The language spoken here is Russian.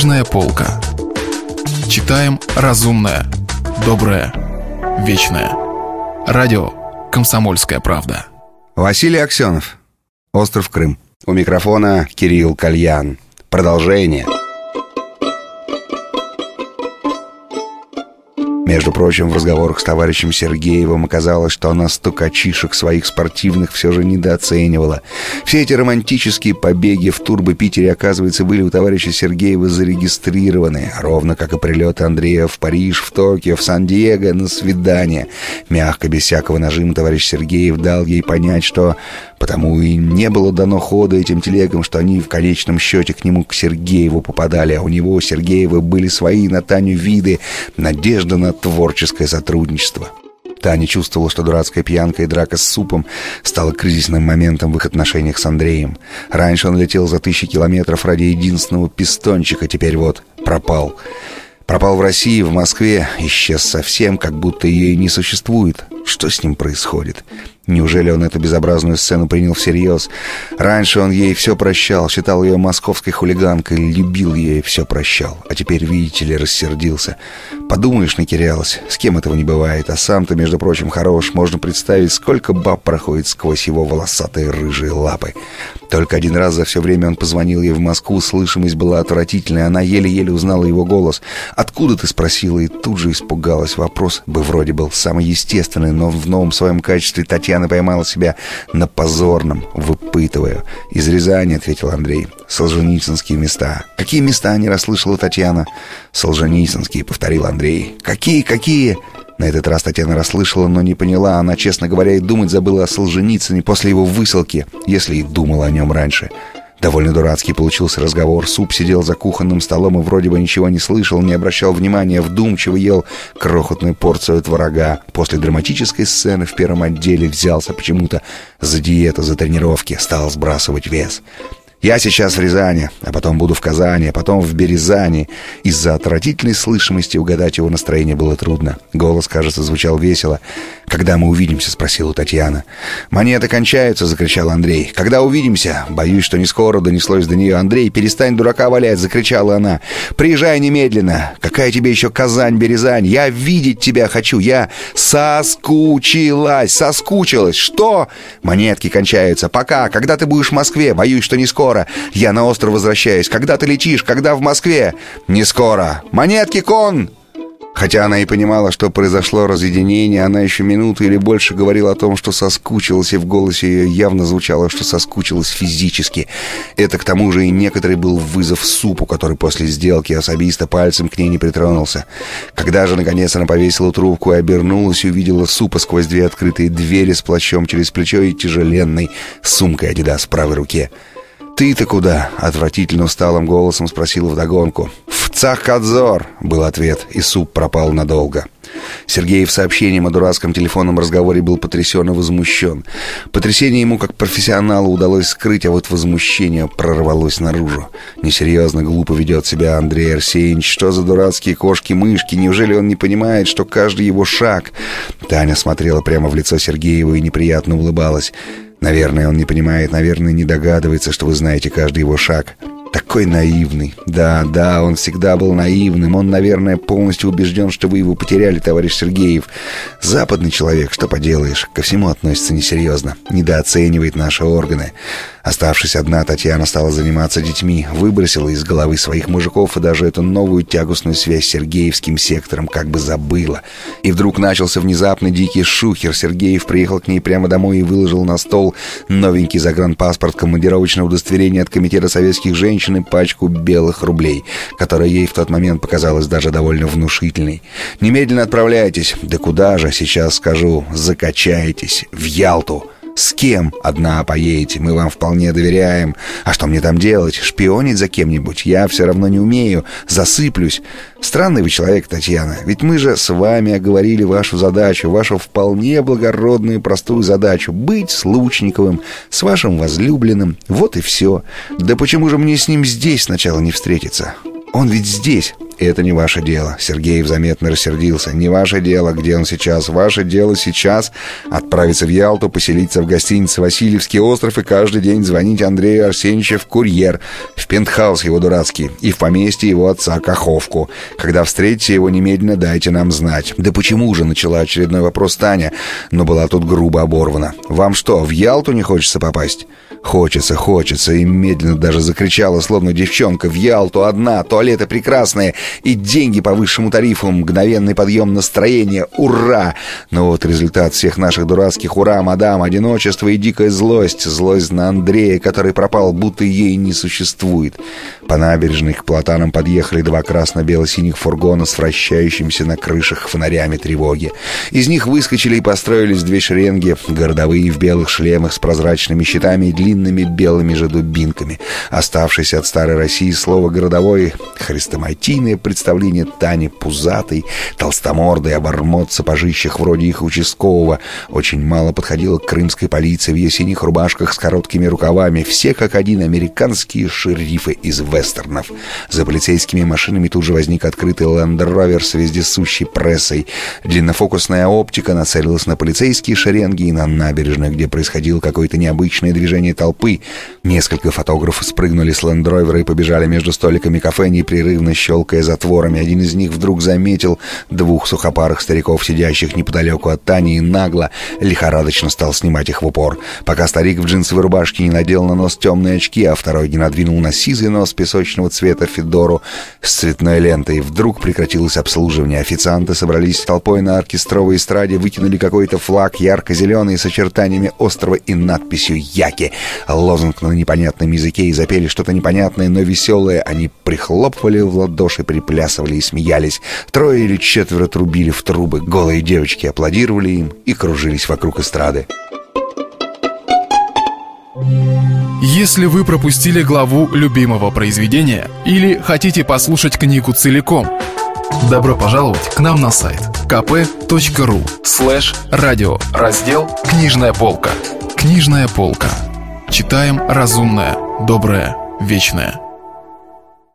Книжная полка. Читаем разумное, доброе, вечное. Радио «Комсомольская правда». Василий Аксенов. Остров Крым. У микрофона Кирилл Кальян. Продолжение. Между прочим, в разговорах с товарищем Сергеевым оказалось, что она стукачишек своих спортивных все же недооценивала. Все эти романтические побеги в Турбо-Питере, оказывается, были у товарища Сергеева зарегистрированы, ровно как и прилеты Андрея в Париж, в Токио, в Сан-Диего на свидание. Мягко, без всякого нажима, товарищ Сергеев дал ей понять, что потому и не было дано хода этим телегам, что они в конечном счете к нему, к Сергееву, попадали, а у него, Сергеева, были свои на Таню виды, надежда на творческое сотрудничество. Таня чувствовала, что дурацкая пьянка и драка с супом стала кризисным моментом в их отношениях с Андреем. Раньше он летел за 1000 километров ради единственного пистончика, теперь вот пропал. Пропал в России, в Москве, исчез совсем, как будто ее и не существует. Что с ним происходит? Неужели он эту безобразную сцену принял всерьез? Раньше он ей все прощал, считал ее московской хулиганкой, любил ее и все прощал. А теперь, видите ли, рассердился. Подумаешь, накирялась, с кем этого не бывает. А сам-то, между прочим, хорош. Можно представить, сколько баб проходит сквозь его волосатые рыжие лапы. Только один раз за все время он позвонил ей в Москву, слышимость была отвратительная. Она еле-еле узнала его голос. «Откуда ты?» — спросила, и тут же испугалась. Вопрос бы вроде был самый естественный, но в новом своем качестве Татьяна поймала себя на позорном, выпытывая. «Из Рязани», — ответил Андрей. «Солженицынские места». «Какие места?» — не расслышала Татьяна. «Солженицынские», — повторил Андрей. «Какие?» На этот раз Татьяна расслышала, но не поняла. Она, честно говоря, и думать забыла о Солженицыне после его высылки, если и думала о нем раньше. Довольно дурацкий получился разговор. Суп сидел за кухонным столом и вроде бы ничего не слышал, не обращал внимания, вдумчиво ел крохотную порцию творога. После драматической сцены в первом отделе взялся почему-то за диету, за тренировки, стал сбрасывать вес. «Я сейчас в Рязани, а потом буду в Казани, а потом в Березани». Из-за отвратительной слышимости угадать его настроение было трудно. Голос, кажется, звучал весело. «Когда мы увидимся?» — спросила Татьяна. «Монеты кончаются!» — закричал Андрей. «Когда увидимся?» «Боюсь, что не скоро», — донеслось до нее. «Андрей, перестань дурака валять!» — закричала она. «Приезжай немедленно! Какая тебе еще Казань, Березань? Я видеть тебя хочу! Я соскучилась! Что? Монетки кончаются! Пока! Когда ты будешь в Москве? Боюсь, что не скоро! Я на остров возвращаюсь! Когда ты летишь? Когда в Москве? Не скоро! Монетки кон!» Хотя она и понимала, что произошло разъединение, она еще минуту или больше говорила о том, что соскучилась, и в голосе ее явно звучало, что соскучилась физически. Это к тому же и некоторый был вызов Супу, который после сделки особисто пальцем к ней не притронулся. Когда же, наконец, она повесила трубку и обернулась, и увидела Супа сквозь две открытые двери с плащом через плечо и тяжеленной сумкой «Адидас» в правой руке. «Ты-то куда?» — отвратительно усталым голосом спросила вдогонку. «В Цахкадзор!» — был ответ, и Суп пропал надолго. Сергеев сообщением о дурацком телефонном разговоре был потрясен и возмущен. Потрясение ему как профессионалу удалось скрыть, а вот возмущение прорвалось наружу. Несерьезно, глупо ведет себя Андрей Арсеньевич. Что за дурацкие кошки-мышки? Неужели он не понимает, что каждый его шаг... Таня смотрела прямо в лицо Сергеева и неприятно улыбалась. «Наверное, он не понимает, наверное, не догадывается, что вы знаете каждый его шаг. Такой наивный. Да, он всегда был наивным. Он, наверное, полностью убежден, что вы его потеряли, товарищ Сергеев. Западный человек, что поделаешь, ко всему относится несерьезно. Недооценивает наши органы». Оставшись одна, Татьяна стала заниматься детьми, выбросила из головы своих мужиков и даже эту новую тягостную связь с Сергеевским сектором как бы забыла. И вдруг начался внезапный дикий шухер. Сергеев приехал к ней прямо домой и выложил на стол новенький загранпаспорт, командировочное удостоверение от Комитета советских женщин и пачку белых рублей, которая ей в тот момент показалась даже довольно внушительной. «Немедленно отправляйтесь». «Да куда же, сейчас скажу. Закачаетесь. В Ялту». «С кем?» «Одна поедете, мы вам вполне доверяем». «А что мне там делать? Шпионить за кем-нибудь? Я все равно не умею, засыплюсь». «Странный вы человек, Татьяна, ведь мы же с вами оговорили вашу задачу, вашу вполне благородную и простую задачу — быть с Лучниковым, с вашим возлюбленным, вот и все. Да почему же мне с ним здесь сначала не встретиться? Он ведь здесь». Это не ваше дело. Сергеев заметно рассердился. Не ваше дело, где он сейчас. Ваше дело сейчас отправиться в Ялту, поселиться в гостинице «Васильевский остров» и каждый день звонить Андрею Арсеньевичу в «Курьер», в пентхаус его дурацкий и в поместье его отца Каховку. Когда встретите его, немедленно дайте нам знать. Да почему же, начала очередной вопрос Таня, но была тут грубо оборвана. Вам что, в Ялту не хочется попасть? Хочется, и медленно даже закричала, словно девчонка: в Ялту одна, туалеты прекрасные и деньги по высшему тарифу, мгновенный подъем настроения, ура! Но вот результат всех наших дурацких ура, мадам, одиночество и дикая злость на Андрея, который пропал, будто ей не существует. По набережной к платанам подъехали два красно-бело-синих фургона с вращающимися на крышах фонарями тревоги. Из них выскочили и построились две шеренги, городовые в белых шлемах с прозрачными щитами и длинными белыми же дубинками. Оставшееся от старой России слово «городовой» хрестоматийное представление Тани пузатой, толстомордой, обормот сапожищах вроде их участкового очень мало подходило к крымской полиции в ее синих рубашках с короткими рукавами, все как один американские шерифы из вестернов. За полицейскими машинами тут же возник открытый Land Rover с вездесущей прессой. Длиннофокусная оптика нацелилась на полицейские шеренги и на набережную, где происходило какое-то необычное движение толпы. Несколько фотографов спрыгнули с лендровера и побежали между столиками кафе, непрерывно щелкая затворами. Один из них вдруг заметил двух сухопарых стариков, сидящих неподалеку от Тани, и нагло, лихорадочно стал снимать их в упор. Пока старик в джинсовой рубашке не надел на нос темные очки, а второй не надвинул на сизый нос песочного цвета федору с цветной лентой, вдруг прекратилось обслуживание. Официанты собрались толпой на оркестровой эстраде, вытянули какой-то флаг ярко-зеленый с очертаниями острова и надписью «Яки». Лозунг на непонятном языке, и запели что-то непонятное, но веселое. Они прихлопывали в ладоши, приплясывали и смеялись. Трое или четверо трубили в трубы. Голые девочки аплодировали им и кружились вокруг эстрады. Если вы пропустили главу любимого произведения или хотите послушать книгу целиком, добро пожаловать к нам на сайт kp.ru/радио, раздел «Книжная полка». Книжная полка. Читаем разумное, доброе, вечное.